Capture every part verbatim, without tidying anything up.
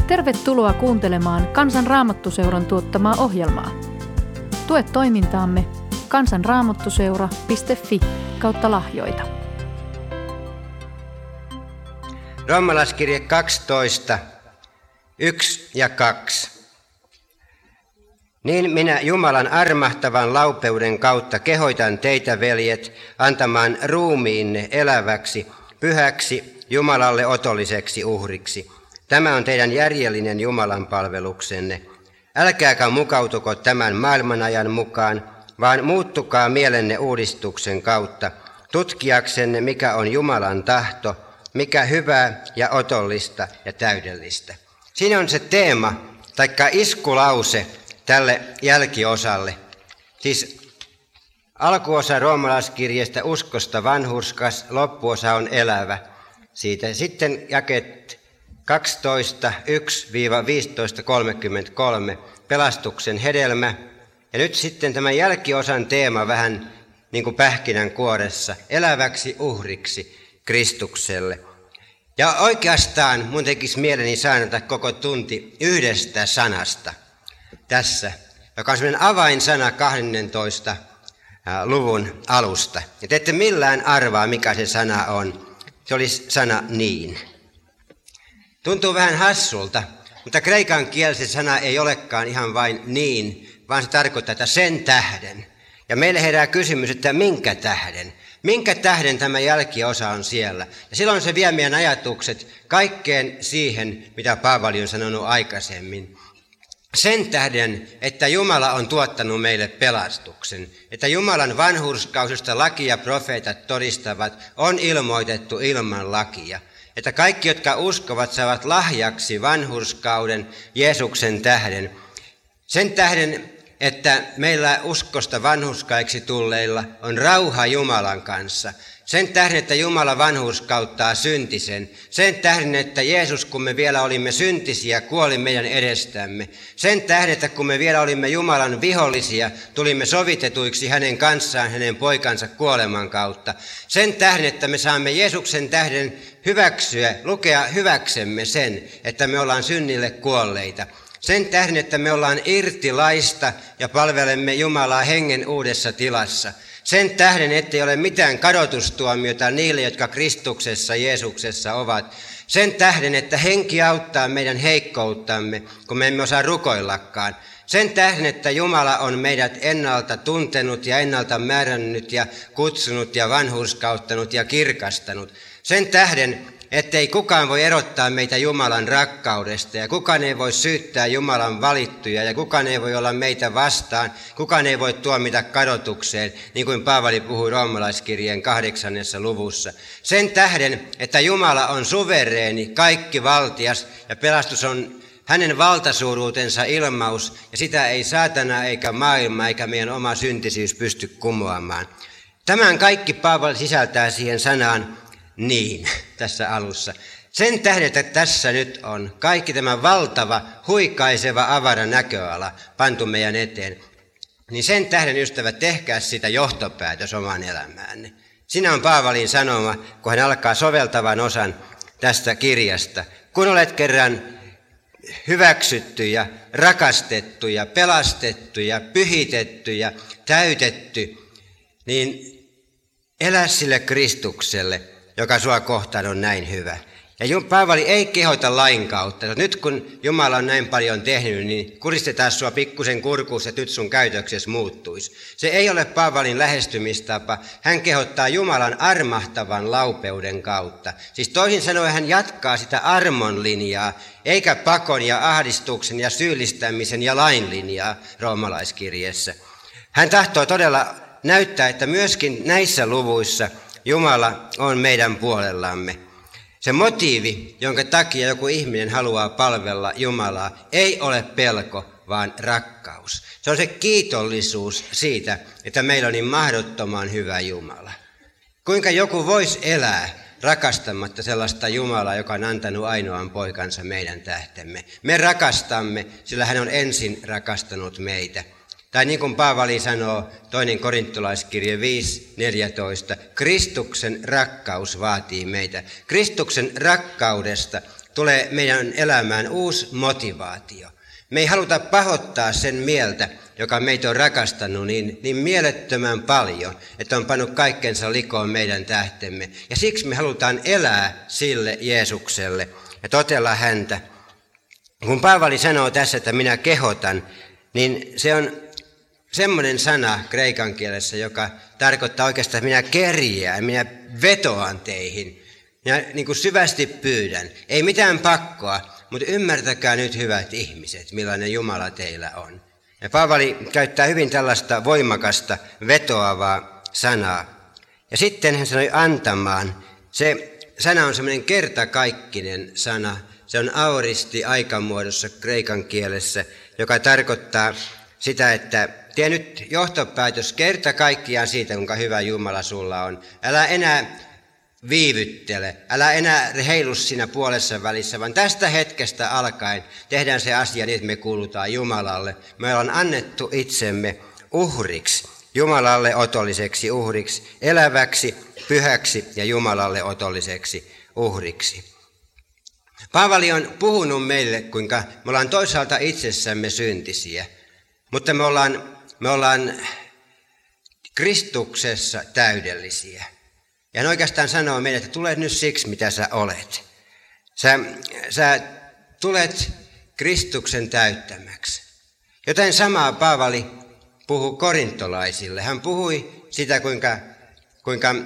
Tervetuloa kuuntelemaan Kansan Raamattuseuran tuottamaa ohjelmaa. Tue toimintaamme kansanraamattuseura piste fi kautta lahjoita. Roomalaiskirje kaksitoista, yksi ja kaksi. Niin minä Jumalan armahtavan laupeuden kautta kehoitan teitä, veljet, antamaan ruumiinne eläväksi, pyhäksi, Jumalalle otolliseksi uhriksi. Tämä on teidän järjellinen Jumalan palveluksenne. Älkääkä mukautuko tämän maailmanajan mukaan, vaan muuttukaa mielenne uudistuksen kautta, tutkiaksenne mikä on Jumalan tahto, mikä hyvää ja otollista ja täydellistä. Siinä on se teema, taikka iskulause tälle jälkiosalle. Siis alkuosa roomalaiskirjeestä uskosta vanhurskas, loppuosa on elävä. Siitä sitten jakeet kaksitoista, yksi viisitoista kolmekymmentäkolme, pelastuksen hedelmä. Ja nyt sitten tämän jälkiosan teema vähän niin kuin pähkinänkuoressa, eläväksi uhriksi Kristukselle. Ja oikeastaan mun tekisi mieleni saarnata koko tunti yhdestä sanasta tässä, joka on sellainen avainsana kahdentoista luvun alusta. Ja te ette millään arvaa, mikä se sana on. Se olisi sana niin. Tuntuu vähän hassulta, mutta kreikan kielessä sana ei olekaan ihan vain niin, vaan se tarkoittaa, että sen tähden. Ja meille herää kysymys, että minkä tähden? Minkä tähden tämä jälkiosa on siellä? Ja silloin se vie meidän ajatukset kaikkeen siihen, mitä Paavali on sanonut aikaisemmin. Sen tähden, että Jumala on tuottanut meille pelastuksen, että Jumalan vanhurskausesta laki ja profeetat todistavat, on ilmoitettu ilman lakia. Että kaikki, jotka uskovat, saavat lahjaksi vanhurskauden Jeesuksen tähden. Sen tähden, että meillä uskosta vanhurskaiksi tulleilla on rauha Jumalan kanssa. Sen tähden, että Jumala vanhurskauttaa syntisen. Sen tähden, että Jeesus, kun me vielä olimme syntisiä, kuoli meidän edestämme. Sen tähden, että kun me vielä olimme Jumalan vihollisia, tulimme sovitetuiksi hänen kanssaan hänen poikansa kuoleman kautta. Sen tähden, että me saamme Jeesuksen tähden hyväksyä, lukea hyväksemme sen, että me ollaan synnille kuolleita. Sen tähden, että me ollaan irti laista ja palvelemme Jumalaa hengen uudessa tilassa. Sen tähden, ettei ole mitään kadotustuomiota niille, jotka Kristuksessa Jeesuksessa ovat. Sen tähden, että henki auttaa meidän heikkouttamme, kun me emme osaa rukoillakaan. Sen tähden, että Jumala on meidät ennalta tuntenut ja ennalta määrännyt ja kutsunut ja vanhurskauttanut ja kirkastanut. Sen tähden, ettei kukaan voi erottaa meitä Jumalan rakkaudesta ja kukaan ei voi syyttää Jumalan valittuja ja kukaan ei voi olla meitä vastaan, kukaan ei voi tuomita kadotukseen, niin kuin Paavali puhui roomalaiskirjeen kahdeksannessa luvussa. Sen tähden, että Jumala on suvereeni, kaikki valtias ja pelastus on hänen valtasuuruutensa ilmaus ja sitä ei saatana eikä maailma eikä meidän oma syntisyys pysty kumoamaan. Tämän kaikki Paavali sisältää siihen sanaan niin tässä alussa. Sen tähden, että tässä nyt on kaikki tämä valtava, huikaiseva, avara näköala pantu meidän eteen, niin sen tähden, ystävät, tehkää sitä johtopäätös omaan elämäänne. Siinä on Paavalin sanoma, kun hän alkaa soveltavan osan tästä kirjasta. Kun olet kerran hyväksytty ja rakastettu ja pelastettu ja pyhitetty ja täytetty, niin elä sille Kristukselle, joka sua kohtaan on näin hyvä. Ja Paavali ei kehota lain kautta. Nyt kun Jumala on näin paljon tehnyt, niin kuristetaan sua pikkusen kurkuus, että nyt sun käytöksesi muuttuisi. Se ei ole Paavalin lähestymistapa. Hän kehottaa Jumalan armahtavan laupeuden kautta. Siis toisin sanoen hän jatkaa sitä armon linjaa, eikä pakon ja ahdistuksen ja syyllistämisen ja lain linjaa roomalaiskirjeessä. Hän tahtoo todella näyttää, että myöskin näissä luvuissa Jumala on meidän puolellamme. Se motiivi, jonka takia joku ihminen haluaa palvella Jumalaa, ei ole pelko, vaan rakkaus. Se on se kiitollisuus siitä, että meillä on niin mahdottoman hyvä Jumala. Kuinka joku voisi elää rakastamatta sellaista Jumalaa, joka on antanut ainoan poikansa meidän tähtemme. Me rakastamme, sillä hän on ensin rakastanut meitä. Tai niin kuin Paavali sanoo, toinen korintolaiskirje viisi neljätoista, Kristuksen rakkaus vaatii meitä. Kristuksen rakkaudesta tulee meidän elämään uusi motivaatio. Me ei haluta pahoittaa sen mieltä, joka meitä on rakastanut niin, niin mielettömän paljon, että on pannut kaikkensa likoon meidän tähtemme. Ja siksi me halutaan elää sille Jeesukselle ja totella häntä. Kun Paavali sanoo tässä, että minä kehotan, niin se on semmoinen sana kreikan kielessä, joka tarkoittaa oikeastaan, että minä kerjään, minä vetoan teihin. Ja niin kuin syvästi pyydän. Ei mitään pakkoa, mutta ymmärtäkää nyt, hyvät ihmiset, millainen Jumala teillä on. Ja Paavali käyttää hyvin tällaista voimakasta, vetoavaa sanaa. Ja sitten hän sanoi antamaan. Se sana on semmoinen kertakaikkinen sana. Se on aoristi aikamuodossa kreikan kielessä, joka tarkoittaa sitä, että tee nyt johtopäätös kerta kaikkiaan siitä, kuinka hyvä Jumala sulla on. Älä enää viivyttele, älä enää heilu siinä puolessa välissä, vaan tästä hetkestä alkaen tehdään se asia niin, että me kuulutaan Jumalalle. Me ollaan annettu itsemme uhriksi, Jumalalle otolliseksi uhriksi, eläväksi, pyhäksi ja Jumalalle otolliseksi uhriksi. Paavali on puhunut meille, kuinka me ollaan toisaalta itsessämme syntisiä, mutta me ollaan, me ollaan Kristuksessa täydellisiä. Ja hän oikeastaan sanoo meille, että tulet nyt siksi, mitä sä olet. Sä, sä tulet Kristuksen täyttämäksi. Joten samaa Paavali puhui korintolaisille. Hän puhui sitä, kuinka, kuinka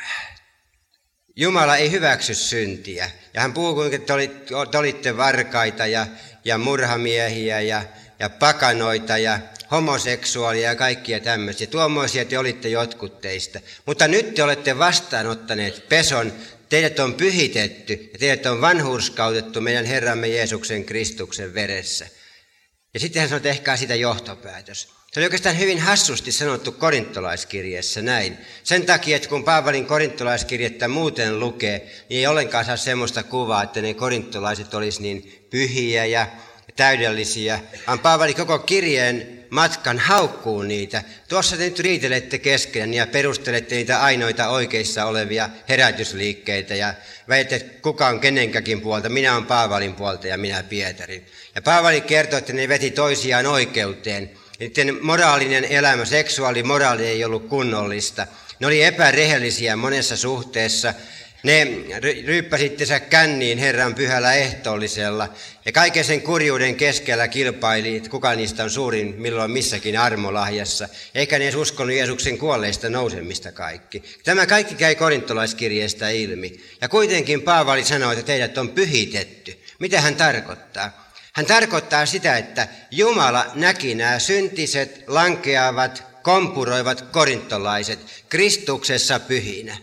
Jumala ei hyväksy syntiä. Ja hän puhui, kuinka te olitte, te olitte varkaita ja, ja murhamiehiä ja, ja pakanoita ja homoseksuaalia ja kaikkia tämmöisiä. Tuommoisia te olitte jotkut teistä. Mutta nyt te olette vastaanottaneet peson, teidät on pyhitetty ja teidät on vanhurskautettu meidän Herramme Jeesuksen Kristuksen veressä. Ja sitten hän sanoi, että ehkä sitä johtopäätös. Se oli oikeastaan hyvin hassusti sanottu korintolaiskirjeessä näin. Sen takia, että kun Paavalin korintolaiskirjettä muuten lukee, niin ei ollenkaan saa semmoista kuvaa, että ne korintolaiset olisi niin pyhiä ja täydellisiä, vaan Paavali koko kirjeen matkan haukkuu niitä. Tuossa te nyt riitelette keskenään ja perustelette niitä ainoita oikeissa olevia herätysliikkeitä ja väitte, että kuka on kenenkäkin puolta. Minä olen Paavalin puolta ja minä Pietarin. Ja Paavali kertoo, että ne veti toisiaan oikeuteen. Niiden moraalinen elämä, seksuaalimoraali ei ollut kunnollista. Ne oli epärehellisiä monessa suhteessa. Ne ryyppäsittensä känniin Herran pyhällä ehtoollisella ja kaiken sen kurjuuden keskellä kilpaili, että kuka niistä on suurin milloin missäkin armolahjassa. Eikä ne edes uskonut Jeesuksen kuolleista nousemista kaikki. Tämä kaikki käy korintolaiskirjeestä ilmi. Ja kuitenkin Paavali sanoi, että teidät on pyhitetty. Mitä hän tarkoittaa? Hän tarkoittaa sitä, että Jumala näki nämä syntiset, lankeavat, kompuroivat korintolaiset Kristuksessa pyhinä.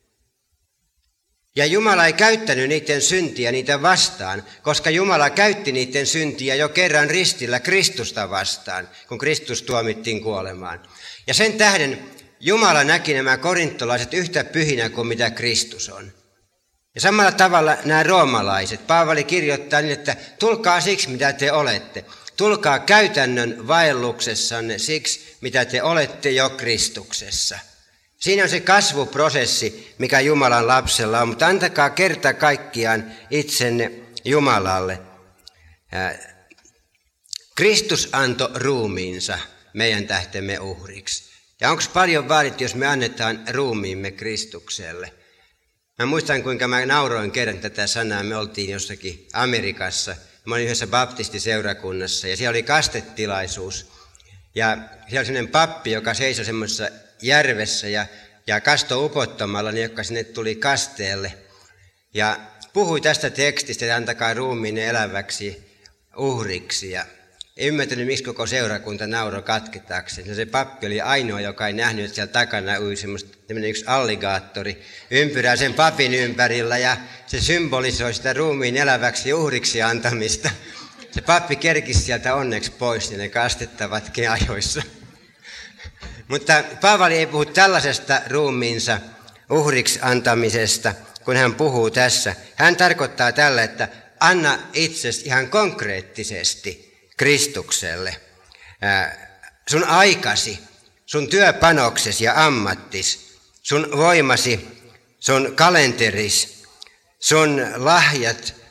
Ja Jumala ei käyttänyt niiden syntiä niitä vastaan, koska Jumala käytti niiden syntiä jo kerran ristillä Kristusta vastaan, kun Kristus tuomittiin kuolemaan. Ja sen tähden Jumala näki nämä korintolaiset yhtä pyhinä kuin mitä Kristus on. Ja samalla tavalla nämä roomalaiset. Paavali kirjoittaa niin, että tulkaa siksi, mitä te olette. Tulkaa käytännön vaelluksessanne siksi, mitä te olette jo Kristuksessa. Siinä on se kasvuprosessi, mikä Jumalan lapsella on, mutta antakaa kerta kaikkiaan itsenne Jumalalle. Kristus antoi ruumiinsa meidän tähtemme uhriksi. Ja onko paljon vaadittu, jos me annetaan ruumiimme Kristukselle? Mä muistan, kuinka mä nauroin kerran tätä sanaa. Me oltiin jossakin Amerikassa. Mä olin yhdessä baptistiseurakunnassa ja siellä oli kastetilaisuus. Ja siellä oli sellainen pappi, joka seisoi semmoisessa järvessä ja, ja kastoi upottamalla, niin joka sinne tuli kasteelle. Ja puhui tästä tekstistä, että antakaa ruumiinne eläväksi uhriksi. Ja ei ymmärtänyt, miksi koko seurakunta nauroi katketakseen. No se pappi oli ainoa, joka ei nähnyt, että siellä takana ui semmoista yksi alligaattori ympyrää sen papin ympärillä ja se symbolisoi sitä ruumiin eläväksi uhriksi antamista. Se pappi kerkisi sieltä onneksi pois ja ne kastettavatkin ajoissa. Mutta Paavali ei puhu tällaisesta ruumiinsa uhriksi antamisesta, kun hän puhuu tässä. Hän tarkoittaa tällä, että anna itsesi ihan konkreettisesti Kristukselle. Sun aikasi, sun työpanoksesi ja ammattis, sun voimasi, sun kalenteris, sun lahjat,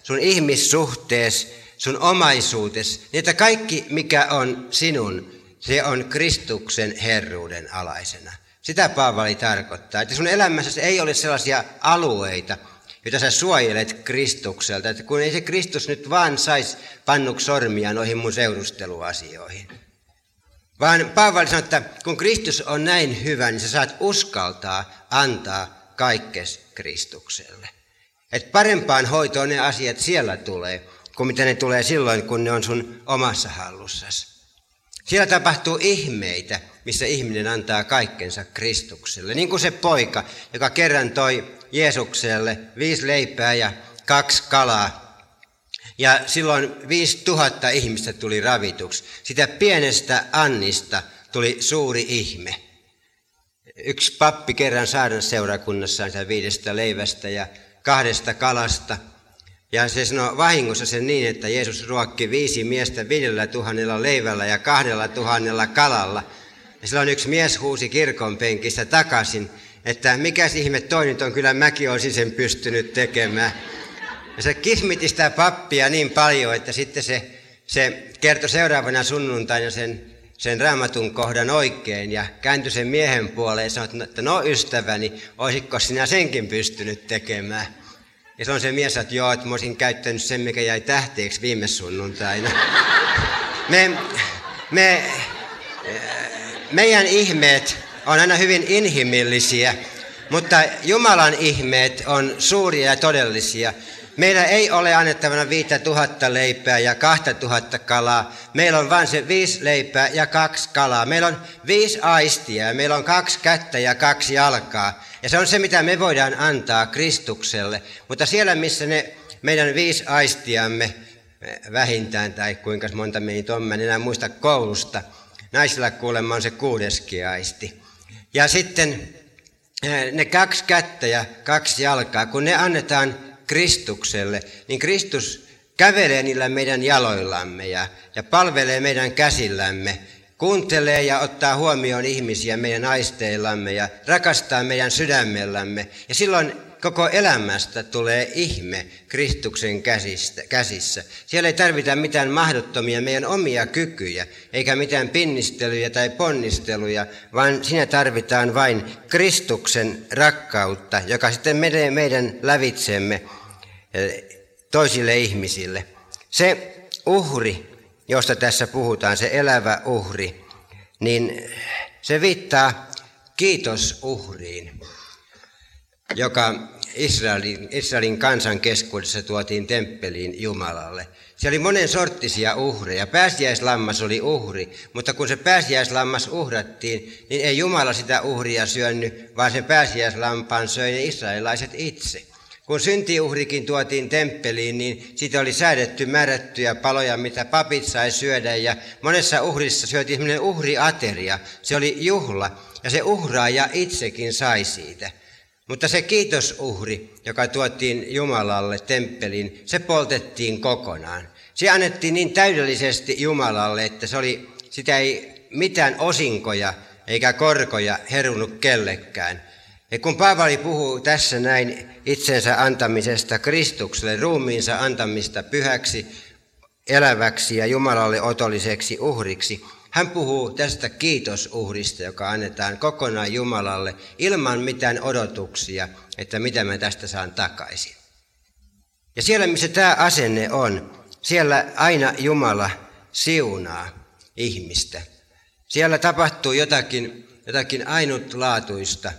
sun ihmissuhtees, sun omaisuutes, niin että kaikki mikä on sinun, se on Kristuksen herruuden alaisena. Sitä Paavali tarkoittaa, että sun elämässä ei ole sellaisia alueita, joita sä suojelet Kristukselta, että kun ei se Kristus nyt vaan saisi pannuksi sormia noihin mun seurusteluasioihin. Vaan Paavali sanoo, että kun Kristus on näin hyvä, niin sä saat uskaltaa antaa kaikkes Kristukselle. Että parempaan hoitoon ne asiat siellä tulee, kuin mitä ne tulee silloin, kun ne on sun omassa hallussasi. Siellä tapahtuu ihmeitä, missä ihminen antaa kaikkensa Kristukselle. Niin kuin se poika, joka kerran toi Jeesukselle viisi leipää ja kaksi kalaa. Ja silloin viisi tuhatta ihmistä tuli ravituksi. Sitä pienestä annista tuli suuri ihme. Yksi pappi kerran saarnas seurakunnassaan sitä viidestä leivästä ja kahdesta kalasta. Ja se sanoi vahingossa sen niin, että Jeesus ruokki viisi miestä viidellä tuhannella leivällä ja kahdella tuhannella kalalla. Ja silloin yksi mies huusi kirkon penkistä takaisin, että mikäs ihme toi nyt on, kyllä mäkin olisin sen pystynyt tekemään. Ja se kismiti sitä pappia niin paljon, että sitten se, se kertoi seuraavana sunnuntaina sen, sen raamatun kohdan oikein ja kääntyi sen miehen puoleen ja sanoi, että no ystäväni, olisitko sinä senkin pystynyt tekemään? Ja se on se mies, että joo, että mä olisin käyttänyt sen, mikä jäi tähteeksi viime sunnuntaina. Me, me, meidän ihmeet on aina hyvin inhimillisiä, mutta Jumalan ihmeet on suuria ja todellisia. Meillä ei ole annettavana viittä tuhatta leipää ja kahta tuhatta kalaa. Meillä on vain se viisi leipää ja kaksi kalaa. Meillä on viisi aistia ja meillä on kaksi kättä ja kaksi jalkaa. Ja se on se, mitä me voidaan antaa Kristukselle. Mutta siellä, missä ne meidän viisi aistiamme vähintään, tai kuinka monta meni tuon, en enää muista koulusta. Naisilla kuulemma on se kuudeskin aisti. Ja sitten ne kaksi kättä ja kaksi jalkaa, kun ne annetaan Kristukselle, niin Kristus kävelee niillä meidän jaloillamme ja, ja palvelee meidän käsillämme, kuuntelee ja ottaa huomioon ihmisiä meidän aisteillamme ja rakastaa meidän sydämellämme. Ja silloin koko elämästä tulee ihme Kristuksen käsistä, käsissä. Siellä ei tarvita mitään mahdottomia meidän omia kykyjä, eikä mitään pinnistelyjä tai ponnisteluja, vaan siinä tarvitaan vain Kristuksen rakkautta, joka sitten menee meidän lävitsemme toisille ihmisille. Se uhri, josta tässä puhutaan, se elävä uhri, niin se viittaa kiitosuhriin, joka Israelin, Israelin kansan keskuudessa tuotiin temppeliin Jumalalle. Siellä oli monen sorttisia uhreja. Pääsiäislammas oli uhri, mutta kun se pääsiäislammas uhrattiin, niin ei Jumala sitä uhria syönyt, vaan sen pääsiäislampaan söi ne israelilaiset itse. Kun syntiuhrikin tuotiin temppeliin, niin siitä oli säädetty määrättyjä paloja, mitä papit sai syödä. Ja monessa uhrissa syötiin sellainen uhriateria. Se oli juhla, ja se uhraaja itsekin sai siitä. Mutta se kiitosuhri, joka tuotiin Jumalalle temppeliin, se poltettiin kokonaan. Se annettiin niin täydellisesti Jumalalle, että se oli, sitä ei mitään osinkoja eikä korkoja herunut kellekään. Ja kun Paavali puhuu tässä näin itsensä antamisesta Kristukselle, ruumiinsa antamista pyhäksi, eläväksi ja Jumalalle otolliseksi uhriksi, hän puhuu tästä kiitosuhrista, joka annetaan kokonaan Jumalalle ilman mitään odotuksia, että mitä mä tästä saan takaisin. Ja siellä, missä tämä asenne on, siellä aina Jumala siunaa ihmistä. Siellä tapahtuu jotakin, jotakin ainutlaatuista.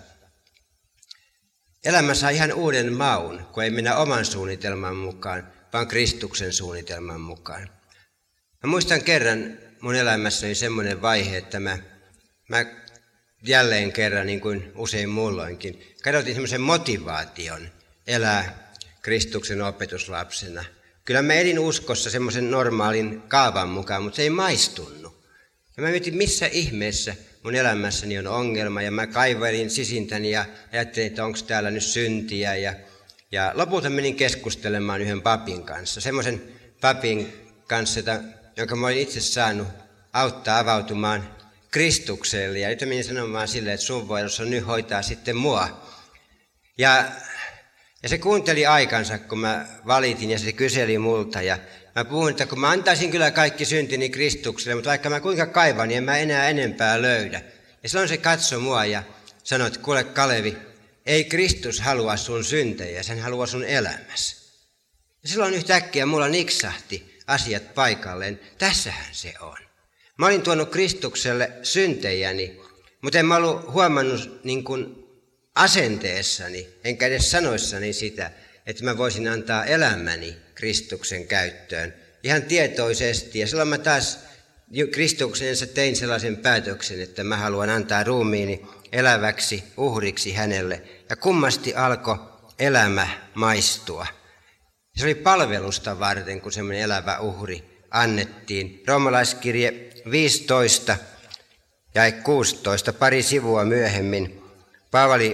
Elämä saa ihan uuden maun, kun ei mennä oman suunnitelman mukaan, vaan Kristuksen suunnitelman mukaan. Mä muistan kerran mun elämässäni semmoinen vaihe, että mä, mä jälleen kerran, niin kuin usein muulloinkin, kadotin semmoisen motivaation elää Kristuksen opetuslapsena. Kyllä mä elin uskossa semmoisen normaalin kaavan mukaan, mutta se ei maistunut. Ja mä mietin, missä ihmeessä mun elämässäni on ongelma, ja mä kaivelin sisintäni ja ajattelin, että onko täällä nyt syntiä. Ja, ja lopulta menin keskustelemaan yhden papin kanssa, semmoisen papin kanssa, jota, jonka mä olin itse saanut auttaa avautumaan Kristukselle. Ja nyt menin sanomaan silleen, että sun vuorossa nyt hoitaa sitten mua. Ja Ja se kuunteli aikansa, kun mä valitin ja se kyseli multa. Ja mä puhuin, että kun mä antaisin kyllä kaikki syntini Kristukselle, mutta vaikka mä kuinka kaivan, niin en mä enää enempää löydä. Ja silloin se katsoi mua ja sanoi, että kuule Kalevi, ei Kristus halua sun syntejä, sen haluaa sun elämässä. Ja silloin yhtäkkiä mulla niksahti asiat paikalleen. Tässähän se on. Mä olin tuonut Kristukselle syntejäni, mutta en mä ollut huomannut niin kuin asenteessani, enkä edes sanoissani sitä, että mä voisin antaa elämäni Kristuksen käyttöön ihan tietoisesti. Ja silloin mä taas Kristuksensa tein sellaisen päätöksen, että mä haluan antaa ruumiini eläväksi uhriksi hänelle. Ja kummasti alkoi elämä maistua. Se oli palvelusta varten, kun semmoinen elävä uhri annettiin. Roomalaiskirje viisitoista ja kuusitoista, pari sivua myöhemmin, Paavali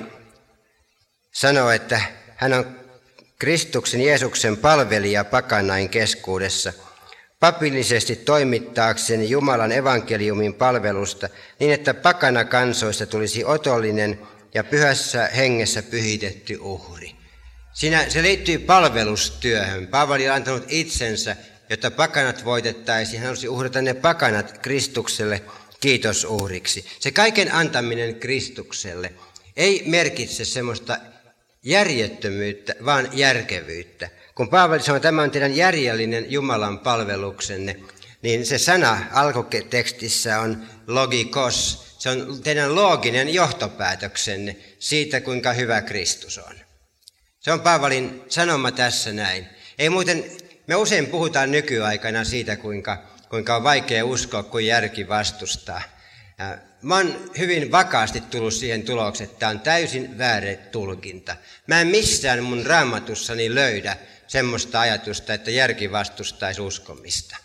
sanoo, että hän on Kristuksen Jeesuksen palvelija pakanain keskuudessa, papillisesti toimittaakseen Jumalan evankeliumin palvelusta niin, että pakana kansoista tulisi otollinen ja pyhässä hengessä pyhitetty uhri. Siinä se liittyy palvelustyöhön. Paavali on antanut itsensä, jotta pakanat voitettaisiin. Hän halusi uhrata ne pakanat Kristukselle kiitosuhriksi. Se kaiken antaminen Kristukselle ei merkitse semmoista järjettömyyttä, vaan järkevyyttä. Kun Paavali sanoo, että tämä on teidän järjellinen Jumalan palveluksenne, niin se sana alkutekstissä on logikos. Se on teidän looginen johtopäätöksenne siitä, kuinka hyvä Kristus on. Se on Paavalin sanoma tässä näin. Ei muuten, me usein puhutaan nykyaikana siitä, kuinka, kuinka on vaikea uskoa, kun järki vastustaa. Ja mä oon hyvin vakaasti tullut siihen tulokseen, että tämä on täysin väärä tulkinta. Mä en missään mun raamatussani löydä semmoista ajatusta, että järki vastustaisi uskomista.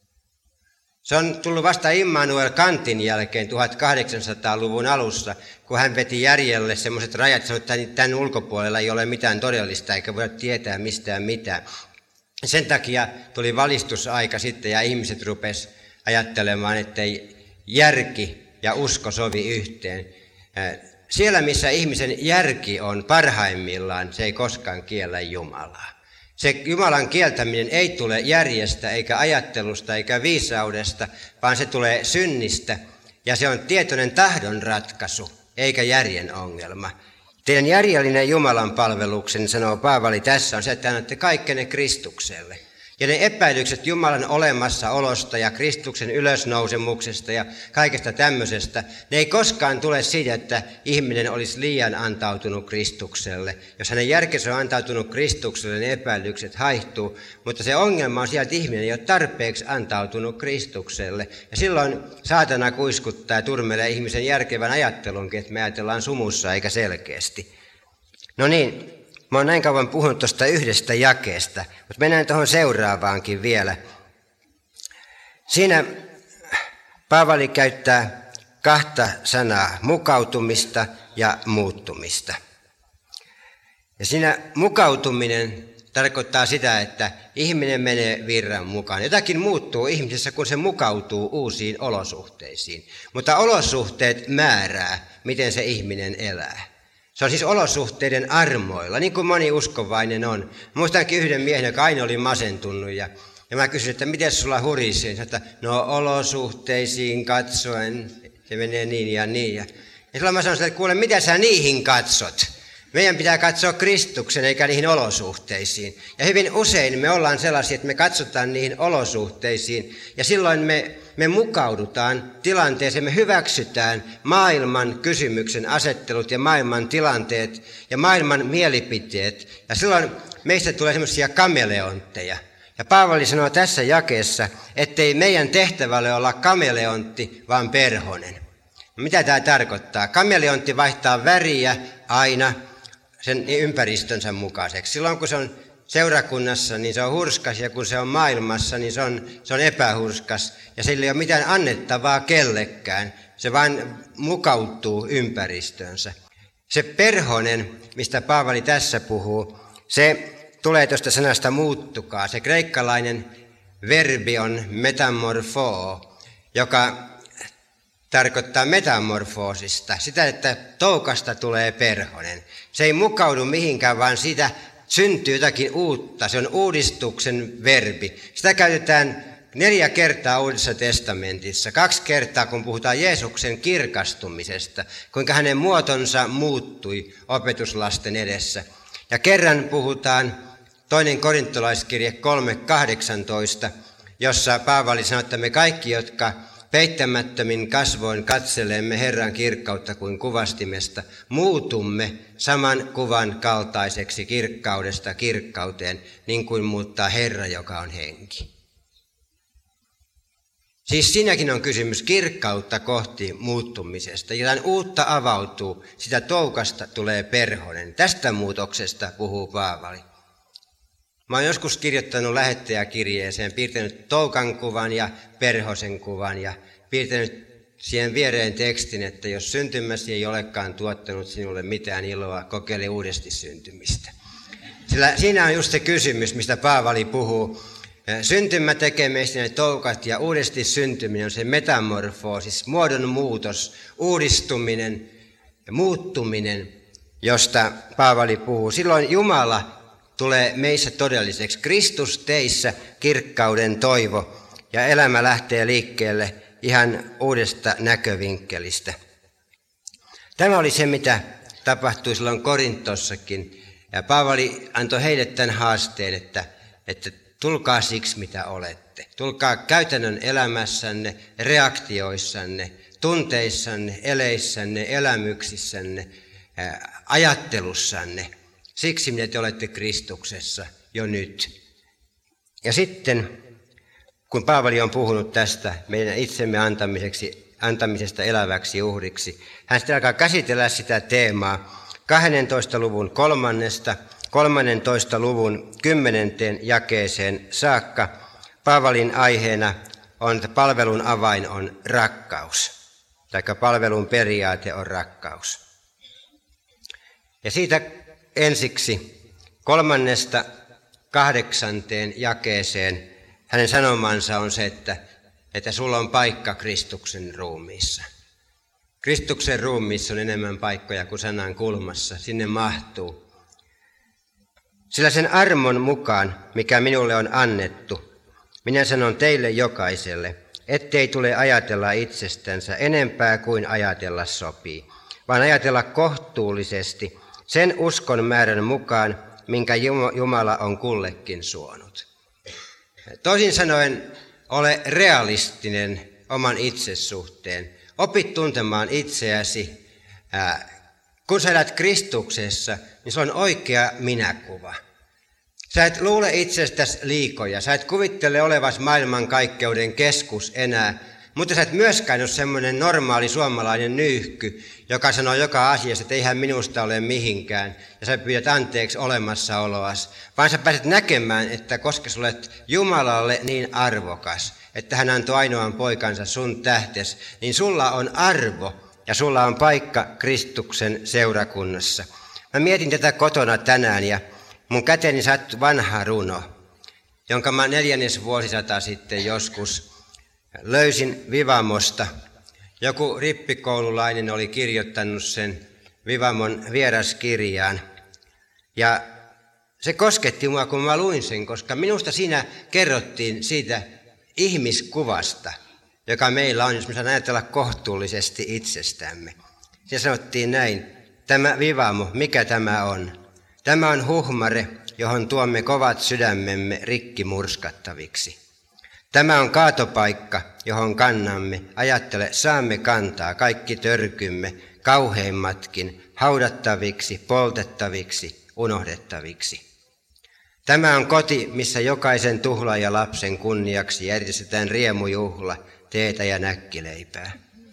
Se on tullut vasta Immanuel Kantin jälkeen tuhatkahdeksansataaluvun alussa, kun hän veti järjelle semmoiset rajat, että sanoi, että tämän ulkopuolella ei ole mitään todellista eikä voida tietää mistään mitään. Sen takia tuli valistusaika sitten ja ihmiset rupes ajattelemaan, ettei järki ja usko sovi yhteen. Siellä, missä ihmisen järki on parhaimmillaan, se ei koskaan kiellä Jumalaa. Se Jumalan kieltäminen ei tule järjestä, eikä ajattelusta, eikä viisaudesta, vaan se tulee synnistä. Ja se on tietoinen tahdon ratkaisu, eikä järjen ongelma. Teidän järjellinen Jumalan palveluksen, sanoo Paavali tässä, on se, että annatte kaikkenne Kristukselle. Ja ne epäilykset Jumalan olemassaolosta ja Kristuksen ylösnousemuksesta ja kaikesta tämmöisestä, ne ei koskaan tule siitä, että ihminen olisi liian antautunut Kristukselle. Jos hänen järkensä on antautunut Kristukselle, ne epäilykset haihtuu, mutta se ongelma on siellä, että ihminen ei ole tarpeeksi antautunut Kristukselle. Ja silloin saatana kuiskuttaa ja turmelee ihmisen järkevän ajattelunkin, että me ajatellaan sumussa eikä selkeästi. No niin. Mä oon näin kauan puhunut tuosta yhdestä jakeesta, mutta mennään tuohon seuraavaankin vielä. Siinä Paavali käyttää kahta sanaa, mukautumista ja muuttumista. Ja siinä mukautuminen tarkoittaa sitä, että ihminen menee virran mukaan. Jotakin muuttuu ihmisessä, kun se mukautuu uusiin olosuhteisiin. Mutta olosuhteet määrää, miten se ihminen elää. Se on siis olosuhteiden armoilla, niin kuin moni uskovainen on. Muistankin yhden miehen, joka aina oli masentunut, ja, ja mä kysyin, että miten sulla hurisee? Että no olosuhteisiin katsoen, se menee niin ja niin. Ja, ja silloin mä sanoin, että kuule, mitä sä niihin katsot? Meidän pitää katsoa Kristuksen eikä niihin olosuhteisiin. Ja hyvin usein me ollaan sellaisia, että me katsotaan niihin olosuhteisiin, ja silloin me... Me mukaudutaan tilanteeseen, me hyväksytään maailman kysymyksen asettelut ja maailman tilanteet ja maailman mielipiteet. Ja silloin meistä tulee semmoisia kameleontteja. Ja Paavali sanoo tässä jakeessa, ettei meidän tehtävä ole olla kameleontti, vaan perhonen. Mitä tämä tarkoittaa? Kameleontti vaihtaa väriä aina sen ympäristönsä mukaiseksi. Silloin kun se on seurakunnassa, niin se on hurskas, ja kun se on maailmassa, niin se on, se on epähurskas. Ja sillä ei ole mitään annettavaa kellekään. Se vain mukautuu ympäristöönsä. Se perhonen, mistä Paavali tässä puhuu, se tulee tuosta sanasta muuttukaa. Se kreikkalainen verbi on metamorfoo, joka tarkoittaa metamorfoosista. Sitä, että toukasta tulee perhonen. Se ei mukaudu mihinkään, vaan siitä syntyy jotakin uutta. Se on uudistuksen verbi. Sitä käytetään neljä kertaa Uudessa testamentissa. Kaksi kertaa, kun puhutaan Jeesuksen kirkastumisesta, kuinka hänen muotonsa muuttui opetuslasten edessä. Ja kerran puhutaan toinen korintolaiskirje kolme kahdeksantoista, jossa Paavali sanoo, että me kaikki, jotka peittämättömin kasvoin katselemme Herran kirkkautta kuin kuvastimesta, muutumme saman kuvan kaltaiseksi kirkkaudesta kirkkauteen, niin kuin muuttaa Herra, joka on henki. Siis siinäkin on kysymys kirkkautta kohti muuttumisesta. Jotain uutta avautuu, sitä toukasta tulee perhonen. Tästä muutoksesta puhuu Paavali. Mä oon joskus kirjoittanut lähettäjäkirjeeseen, piirtänyt toukan kuvan ja perhosen kuvan ja piirtänyt siihen viereen tekstin, että jos syntymäsi ei olekaan tuottanut sinulle mitään iloa, kokeile uudesti syntymistä. Sillä siinä on just se kysymys, mistä Paavali puhuu. Syntymä tekee meistä ne toukat ja uudesti syntyminen on se metamorfoosis, muodon muutos, uudistuminen ja muuttuminen, josta Paavali puhuu. Silloin Jumala tulee meissä todelliseksi. Kristus teissä kirkkauden toivo ja elämä lähtee liikkeelle ihan uudesta näkövinkkelistä. Tämä oli se, mitä tapahtui silloin Korintossakin. Ja Paavali antoi heille tämän haasteen, että, että tulkaa siksi, mitä olette. Tulkaa käytännön elämässänne, reaktioissanne, tunteissanne, eleissänne, elämyksissänne, ajattelussanne. Siksi, mitä te olette Kristuksessa jo nyt. Ja sitten, kun Paavali on puhunut tästä meidän itsemme antamiseksi, antamisesta eläväksi uhriksi, hän sitten alkaa käsitellä sitä teemaa kahdentoista luvun kolmannesta, kolmannentoista luvun kymmenenteen jakeeseen saakka. Paavalin aiheena on, että palvelun avain on rakkaus, tai palvelun periaate on rakkaus. Ja siitä ensiksi kolmannesta kahdeksanteen jakeeseen hänen sanomansa on se, että, että sulla on paikka Kristuksen ruumiissa. Kristuksen ruumiissa on enemmän paikkoja kuin sanan kulmassa, sinne mahtuu. Sillä sen armon mukaan, mikä minulle on annettu, minä sanon teille jokaiselle, ettei tule ajatella itsestänsä enempää kuin ajatella sopii, vaan ajatella kohtuullisesti sen uskon määrän mukaan, minkä Jumala on kullekin suonut. Toisin sanoen, ole realistinen oman itsesuhteen. Opi tuntemaan itseäsi. Kun sä elät Kristuksessa, niin se on oikea minäkuva. Sä et luule itsestäsi liikoja. Sä et kuvittele olevasi maailmankaikkeuden keskus enää. Mutta sä et myöskään ole semmoinen normaali suomalainen nyyhky, joka sanoo joka asiassa, että eihän minusta ole mihinkään, ja sä pyydät anteeksi olemassaoloas, vaan sä pääset näkemään, että koska sä olet Jumalalle niin arvokas, että hän antoi ainoan poikansa sun tähtes, niin sulla on arvo, ja sulla on paikka Kristuksen seurakunnassa. Mä mietin tätä kotona tänään, ja mun käteeni sattui vanha runo, jonka mä neljännes vuosisata sitten joskus löysin Vivamosta. Joku rippikoululainen oli kirjoittanut sen Vivamon vieraskirjaan. Ja se kosketti mua, kun mä luin sen, koska minusta siinä kerrottiin siitä ihmiskuvasta, joka meillä on, jos me saadaan ajatella kohtuullisesti itsestämme. Se sanottiin näin, tämä Vivamo, mikä tämä on? Tämä on huhmare, johon tuomme kovat sydämemme rikki murskattaviksi. Tämä on kaatopaikka, johon kannamme, ajattele, saamme kantaa kaikki törkymme, kauheimmatkin, haudattaviksi, poltettaviksi, unohdettaviksi. Tämä on koti, missä jokaisen tuhla ja lapsen kunniaksi järjestetään riemujuhla, teetä ja näkkileipää.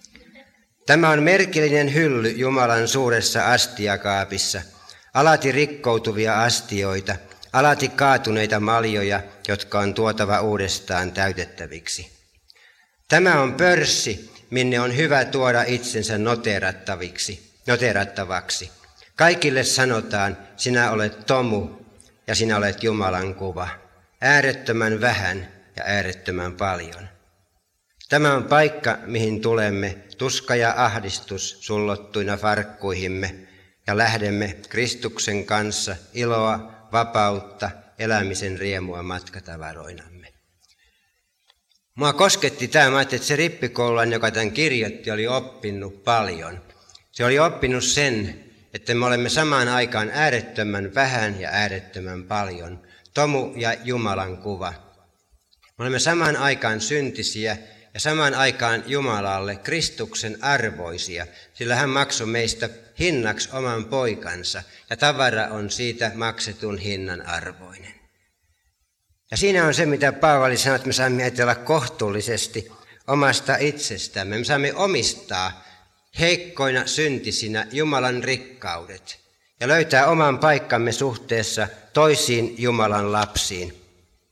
Tämä on merkillinen hylly Jumalan suuressa astiakaapissa, alati rikkoutuvia astioita, alati kaatuneita maljoja, jotka on tuotava uudestaan täytettäviksi. Tämä on pörssi, minne on hyvä tuoda itsensä noterattaviksi, noterattavaksi. Kaikille sanotaan, sinä olet tomu ja sinä olet Jumalan kuva. Äärettömän vähän ja äärettömän paljon. Tämä on paikka, mihin tulemme, tuska ja ahdistus sullottuina farkkuihimme, ja lähdemme Kristuksen kanssa iloa vapautta, elämisen riemua matkatavaroinamme. Mua kosketti tämä, että se rippikoululainen, joka tämän kirjoitti, oli oppinut paljon. Se oli oppinut sen, että me olemme samaan aikaan äärettömän vähän ja äärettömän paljon. Tomu ja Jumalan kuva. Me olemme samaan aikaan syntisiä ja samaan aikaan Jumalalle Kristuksen arvoisia, sillä hän maksoi meistä hinnaksi oman poikansa ja tavara on siitä maksetun hinnan arvoinen. Ja siinä on se, mitä Paavali sanoi, että me saamme ajatella kohtuullisesti omasta itsestämme. Me saamme omistaa heikkoina syntisinä Jumalan rikkaudet ja löytää oman paikkamme suhteessa toisiin Jumalan lapsiin.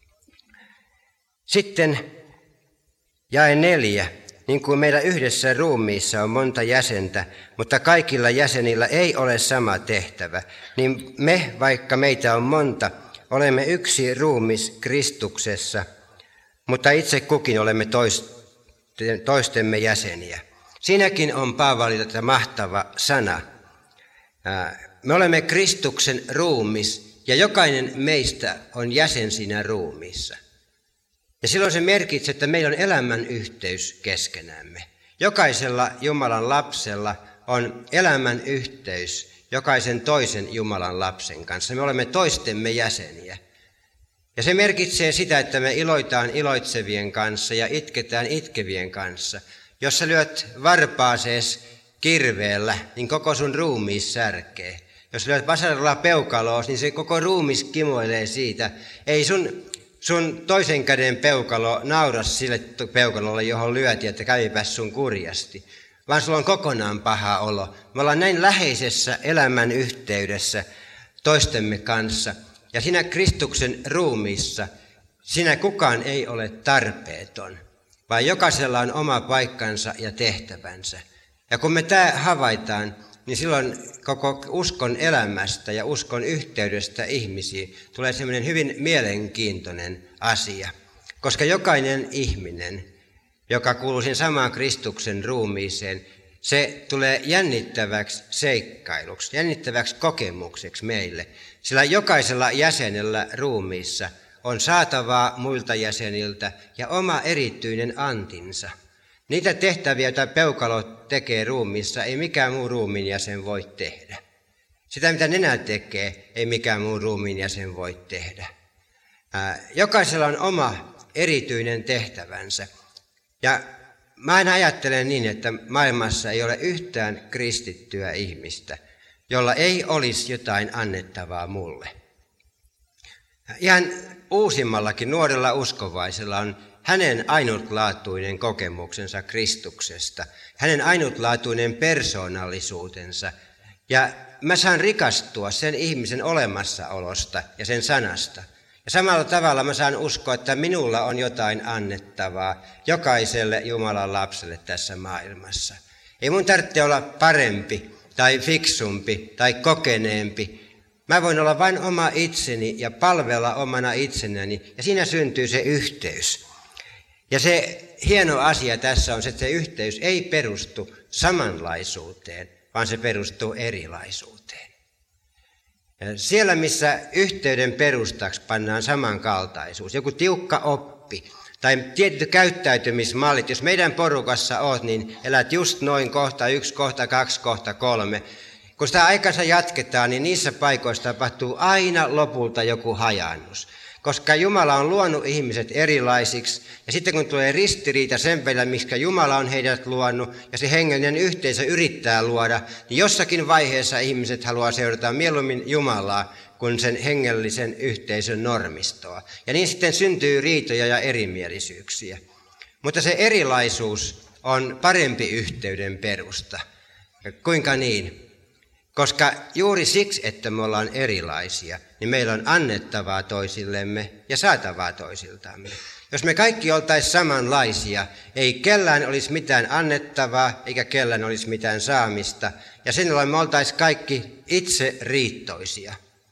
Sitten jae neljä. Niin kuin meillä yhdessä ruumiissa on monta jäsentä, mutta kaikilla jäsenillä ei ole sama tehtävä, niin me, vaikka meitä on monta, olemme yksi ruumis Kristuksessa, mutta itse kukin olemme toistemme jäseniä. Siinäkin on Paavalilta mahtava sana. Me olemme Kristuksen ruumis ja jokainen meistä on jäsen siinä ruumiissa. Ja silloin se merkitsee, että meillä on elämän yhteys keskenämme. Jokaisella Jumalan lapsella on elämän yhteys jokaisen toisen Jumalan lapsen kanssa. Me olemme toistemme jäseniä. Ja se merkitsee sitä, että me iloitaan iloitsevien kanssa ja itketään itkevien kanssa. Jos sä lyöt varpaasees kirveellä, niin koko sun ruumiis särkee. Jos lyöt vasaralla peukaloos, niin se koko ruumis kimoilee siitä. Ei sun... Sun toisen käden peukalo naura sille peukalolle, johon lyötiin, että kävipäs sun kurjasti, vaan sulla on kokonaan paha olo. Me ollaan näin läheisessä elämän yhteydessä toistemme kanssa. Ja siinä Kristuksen ruumiissa, siinä kukaan ei ole tarpeeton, vaan jokaisella on oma paikkansa ja tehtävänsä. Ja kun me tämä havaitaan, niin silloin koko uskon elämästä ja uskon yhteydestä ihmisiin tulee semmoinen hyvin mielenkiintoinen asia. Koska jokainen ihminen, joka kuuluu sen samaan Kristuksen ruumiiseen, se tulee jännittäväksi seikkailuksi, jännittäväksi kokemukseksi meille. Sillä jokaisella jäsenellä ruumiissa on saatavaa muilta jäseniltä ja oma erityinen antinsa. Niitä tehtäviä, joita peukalo tekee ruumiissa, ei mikään muu ruumiin jäsen voi tehdä. Sitä, mitä nenä tekee, ei mikään muu ruumiin jäsen voi tehdä. Jokaisella on oma erityinen tehtävänsä. Ja mä aina ajattelen niin, että maailmassa ei ole yhtään kristittyä ihmistä, jolla ei olisi jotain annettavaa mulle. Ihan uusimmallakin nuorella uskovaisella on hänen ainutlaatuinen kokemuksensa Kristuksesta, hänen ainutlaatuinen persoonallisuutensa. Ja mä saan rikastua sen ihmisen olemassaolosta ja sen sanasta. Ja samalla tavalla mä saan uskoa, että minulla on jotain annettavaa jokaiselle Jumalan lapselle tässä maailmassa. Ei mun tarvitse olla parempi tai fiksumpi tai kokeneempi. Mä voin olla vain oma itseni ja palvella omana itsenäni ja siinä syntyy se yhteys. Ja se hieno asia tässä on se, että se yhteys ei perustu samanlaisuuteen, vaan se perustuu erilaisuuteen. Ja siellä, missä yhteyden perustaksi pannaan samankaltaisuus, joku tiukka oppi tai tietyt käyttäytymismallit, jos meidän porukassa oot, niin elät just noin kohta yksi, kohta kaksi, kohta kolme. Kun sitä aikansa jatketaan, niin niissä paikoissa tapahtuu aina lopulta joku hajannus. Koska Jumala on luonut ihmiset erilaisiksi, ja sitten kun tulee ristiriita sen välillä, miksi Jumala on heidät luonut, ja se hengellinen yhteisö yrittää luoda, niin jossakin vaiheessa ihmiset haluaa seurata mieluummin Jumalaa kuin sen hengellisen yhteisön normistoa. Ja niin sitten syntyy riitoja ja erimielisyyksiä. Mutta se erilaisuus on parempi yhteyden perusta. Kuinka niin? Koska juuri siksi, että me ollaan erilaisia, niin meillä on annettavaa toisillemme ja saatavaa toisiltamme. Jos me kaikki oltaisiin samanlaisia, ei kellään olisi mitään annettavaa eikä kellään olisi mitään saamista, ja silloin me oltaisiin kaikki itse riittoisia.